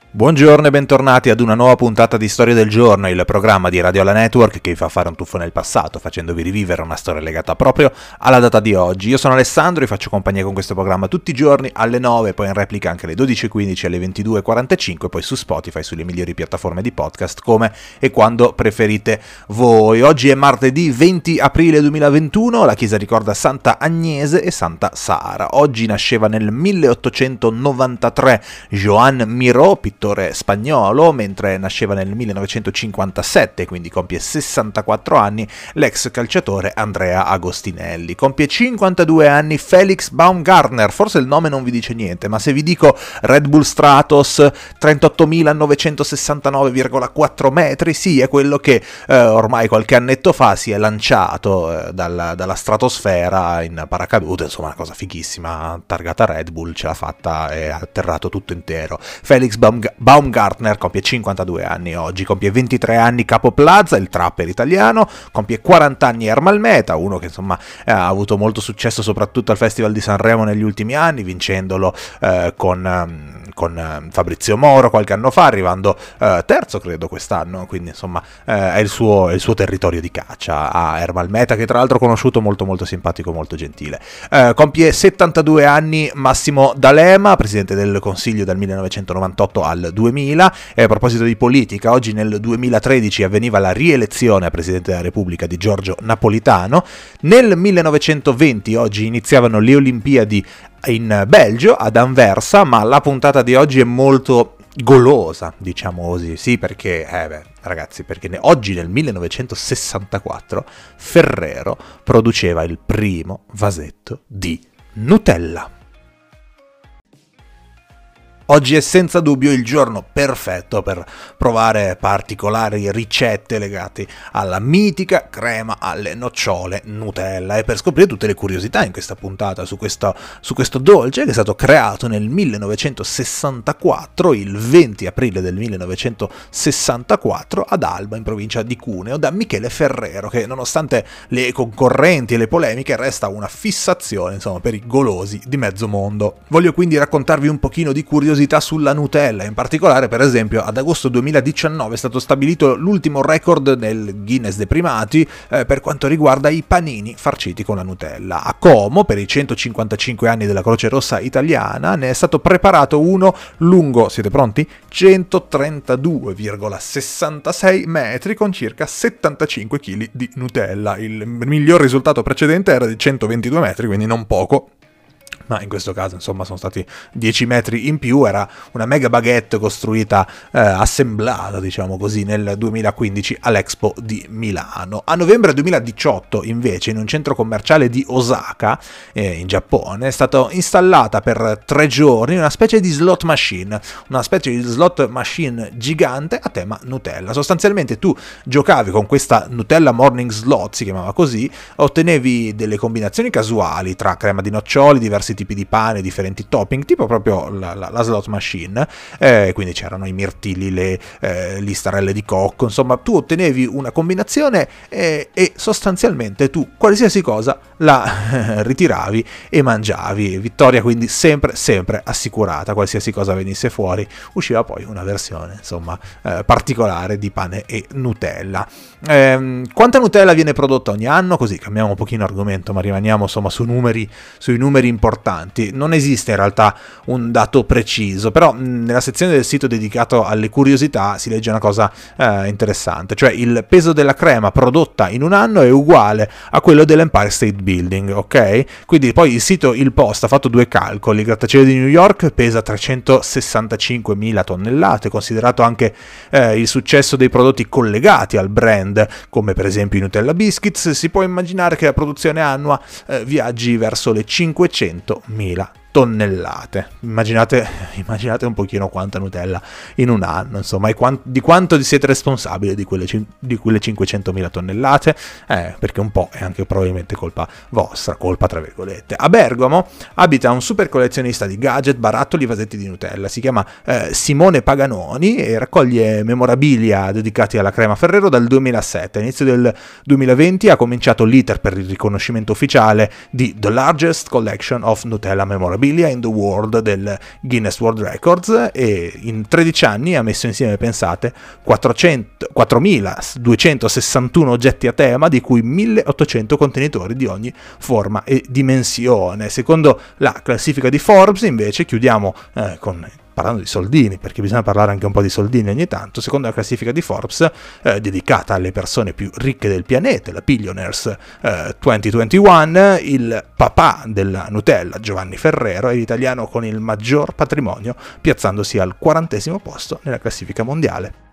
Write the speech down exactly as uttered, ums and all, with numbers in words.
Buongiorno e bentornati ad una nuova puntata di Storia del Giorno, il programma di Radio La Network che vi fa fare un tuffo nel passato, facendovi rivivere una storia legata proprio alla data di oggi. Io sono Alessandro e faccio compagnia con questo programma tutti i giorni alle nove, poi in replica anche alle dodici e quindici, alle ventidue e quarantacinque, poi su Spotify, sulle migliori piattaforme di podcast, come e quando preferite voi. Oggi è martedì venti aprile duemilaventuno, la chiesa ricorda Santa Agnese e Santa Sara. Oggi nasceva nel milleottocentonovantatré Joan Miró, pittore spagnolo, mentre nasceva nel millenovecentocinquantasette, quindi compie sessantaquattro anni, l'ex calciatore Andrea Agostinelli. Compie cinquantadue anni Felix Baumgartner, forse il nome non vi dice niente, ma se vi dico Red Bull Stratos, trentottomilanovecentosessantanove virgola quattro metri, sì, è quello che eh, ormai qualche annetto fa si è lanciato eh, dalla, dalla stratosfera in paracadute, insomma una cosa fighissima, targata Red Bull, ce l'ha fatta e ha atterrato tutto intero. Felix Baumgartner Baumgartner compie cinquantadue anni oggi, compie ventitré anni Capo Plaza, il trapper italiano, compie quaranta anni Ermal Meta, uno che insomma ha avuto molto successo soprattutto al Festival di Sanremo negli ultimi anni, vincendolo eh, con, con Fabrizio Moro qualche anno fa, arrivando eh, terzo credo quest'anno, quindi insomma eh, è, il suo, è il suo territorio di caccia a Ermal Meta, che tra l'altro ho conosciuto, molto molto simpatico, molto gentile. Eh, compie settantadue anni Massimo D'Alema, presidente del Consiglio dal millenovecentonovantotto al duemila. E a proposito di politica, oggi nel duemilatredici avveniva la rielezione a Presidente della Repubblica di Giorgio Napolitano. Nel millenovecentoventi oggi iniziavano le Olimpiadi in Belgio, ad Anversa, ma la puntata di oggi è molto golosa, diciamo così, sì, perché, eh beh, ragazzi, perché ne, oggi nel millenovecentosessantaquattro Ferrero produceva il primo vasetto di Nutella. Oggi è senza dubbio il giorno perfetto per provare particolari ricette legate alla mitica crema alle nocciole Nutella e per scoprire tutte le curiosità in questa puntata su questo, su questo dolce che è stato creato nel millenovecentosessantaquattro, il venti aprile del millenovecentosessantaquattro, ad Alba, in provincia di Cuneo, da Michele Ferrero, che nonostante le concorrenti e le polemiche resta una fissazione, insomma, per i golosi di mezzo mondo. Voglio quindi raccontarvi un pochino di curiosità sulla Nutella, in particolare per esempio ad agosto duemiladiciannove è stato stabilito l'ultimo record nel Guinness dei primati eh, per quanto riguarda i panini farciti con la Nutella. A Como, per i centocinquantacinque anni della Croce Rossa italiana, ne è stato preparato uno lungo, siete pronti? centotrentadue virgola sessantasei metri con circa settantacinque chili di Nutella. Il miglior risultato precedente era di centoventidue metri, quindi non poco, ma in questo caso insomma sono stati dieci metri in più. Era una mega baguette costruita, eh, assemblata diciamo così, nel duemilaquindici all'Expo di Milano. A novembre duemiladiciotto invece in un centro commerciale di Osaka, eh, in Giappone, è stata installata per tre giorni una specie di slot machine, una specie di slot machine gigante a tema Nutella. Sostanzialmente tu giocavi con questa Nutella Morning Slot, si chiamava così, ottenevi delle combinazioni casuali tra crema di noccioli, diversi tipi di pane, differenti topping, tipo proprio la, la, la slot machine, eh, quindi c'erano i mirtilli, le eh, listarelle di cocco, insomma tu ottenevi una combinazione eh, e sostanzialmente tu qualsiasi cosa la eh, ritiravi e mangiavi. Vittoria quindi sempre sempre assicurata, qualsiasi cosa venisse fuori usciva poi una versione insomma eh, particolare di pane e Nutella. Eh, quanta Nutella viene prodotta ogni anno? Così cambiamo un pochino argomento, ma rimaniamo insomma su numeri, sui numeri importanti. Non esiste in realtà un dato preciso, però mh, nella sezione del sito dedicato alle curiosità si legge una cosa eh, interessante, cioè il peso della crema prodotta in un anno è uguale a quello dell'Empire State Building, ok? Quindi poi il sito Il Post ha fatto due calcoli: il grattacielo di New York pesa trecentosessantacinquemila tonnellate, considerato anche eh, il successo dei prodotti collegati al brand, come per esempio i Nutella Biscuits, si può immaginare che la produzione annua eh, viaggi verso le cinquecentomila tonnellate. Immaginate, immaginate un pochino quanta Nutella in un anno, insomma, e quant- di quanto siete responsabili di quelle, cin- di quelle cinquecentomila tonnellate? Eh, perché un po' è anche probabilmente colpa vostra, colpa tra virgolette. A Bergamo abita un super collezionista di gadget, barattoli e vasetti di Nutella, si chiama eh, Simone Paganoni e raccoglie memorabilia dedicati alla crema Ferrero dal duemilasette. All'inizio del duemilaventi ha cominciato l'iter per il riconoscimento ufficiale di The Largest Collection of Nutella Memorabilia, memorabilia in the world del Guinness World Records, e in tredici anni ha messo insieme, pensate, quattromiladuecentosessantuno oggetti a tema, di cui milleottocento contenitori di ogni forma e dimensione. Secondo la classifica di Forbes, invece, chiudiamo eh, con... parlando di soldini, perché bisogna parlare anche un po' di soldini ogni tanto, secondo la classifica di Forbes, eh, dedicata alle persone più ricche del pianeta, la Billionaires eh, duemilaventuno, il papà della Nutella, Giovanni Ferrero, è l'italiano con il maggior patrimonio, piazzandosi al quarantesimo posto nella classifica mondiale.